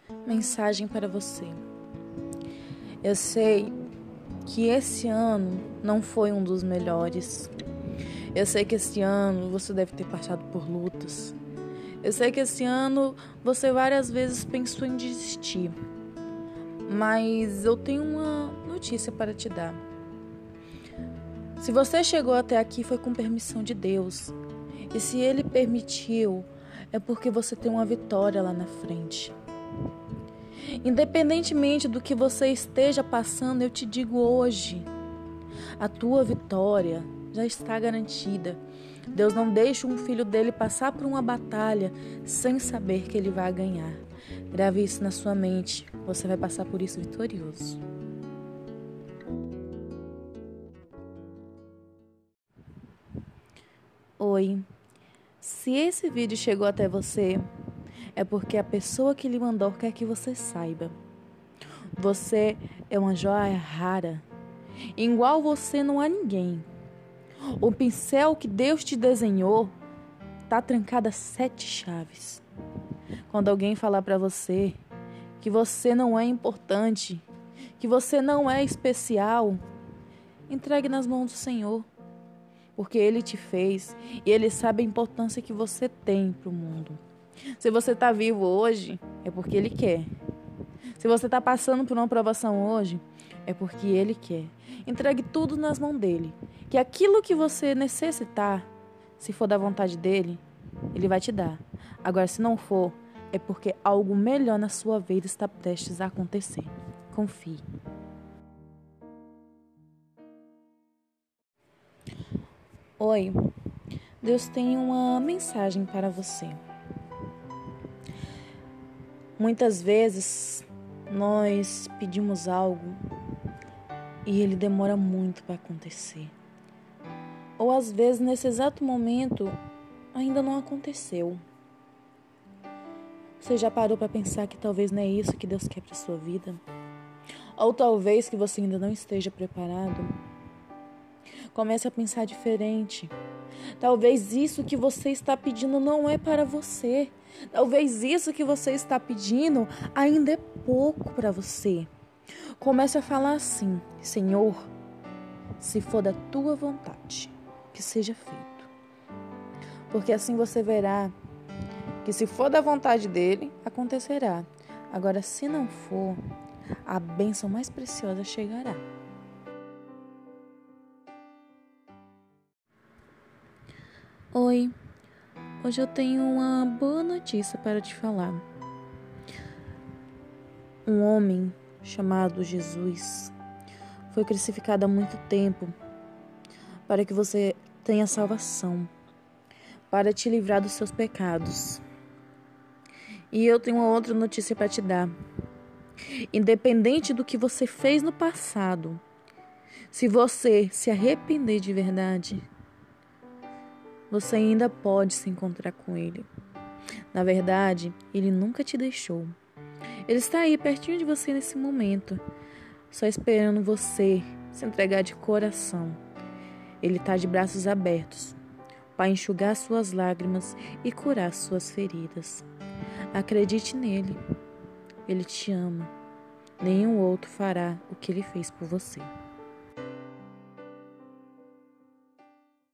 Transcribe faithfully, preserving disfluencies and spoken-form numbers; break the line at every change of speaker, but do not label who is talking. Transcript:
Mensagem para você. Eu sei que esse ano não foi um dos melhores. Eu sei que esse ano você deve ter passado por lutas. Eu sei que esse ano você várias vezes pensou em desistir. Mas eu tenho uma notícia para te dar. Se você chegou até aqui foi com permissão de Deus. E se Ele permitiu, é porque você tem uma vitória lá na frente. Independentemente do que você esteja passando, eu te digo hoje, a tua vitória já está garantida. Deus não deixa um filho dele passar por uma batalha sem saber que ele vai ganhar. Grave isso na sua mente, você vai passar por isso vitorioso. Oi, se esse vídeo chegou até você, é porque a pessoa que lhe mandou quer que você saiba. Você é uma joia rara. Igual você não há ninguém. O pincel que Deus te desenhou está trancado a sete chaves. Quando alguém falar para você que você não é importante, que você não é especial, entregue nas mãos do Senhor. Porque Ele te fez e Ele sabe a importância que você tem para o mundo. Se você está vivo hoje, é porque Ele quer. Se você está passando por uma provação hoje, é porque Ele quer. Entregue tudo nas mãos dEle. Que aquilo que você necessitar, se for da vontade dEle, Ele vai te dar. Agora, se não for, é porque algo melhor na sua vida está prestes a acontecer. Confie. Oi, Deus tem uma mensagem para você. Muitas vezes nós pedimos algo e ele demora muito para acontecer. Ou às vezes nesse exato momento ainda não aconteceu. Você já parou para pensar que talvez não é isso que Deus quer para sua vida? Ou talvez que você ainda não esteja preparado? Comece a pensar diferente. Talvez isso que você está pedindo não é para você. Talvez isso que você está pedindo ainda é pouco para você. Comece a falar assim: Senhor, se for da tua vontade, que seja feito. Porque assim você verá que se for da vontade dele, acontecerá. Agora, se não for, a bênção mais preciosa chegará. Oi, hoje eu tenho uma boa notícia para te falar. Um homem chamado Jesus foi crucificado há muito tempo para que você tenha salvação, para te livrar dos seus pecados. E eu tenho uma outra notícia para te dar. Independente do que você fez no passado, se você se arrepender de verdade, você ainda pode se encontrar com Ele. Na verdade, Ele nunca te deixou. Ele está aí pertinho de você nesse momento, só esperando você se entregar de coração. Ele está de braços abertos para enxugar suas lágrimas e curar suas feridas. Acredite nele. Ele te ama. Nenhum outro fará o que Ele fez por você.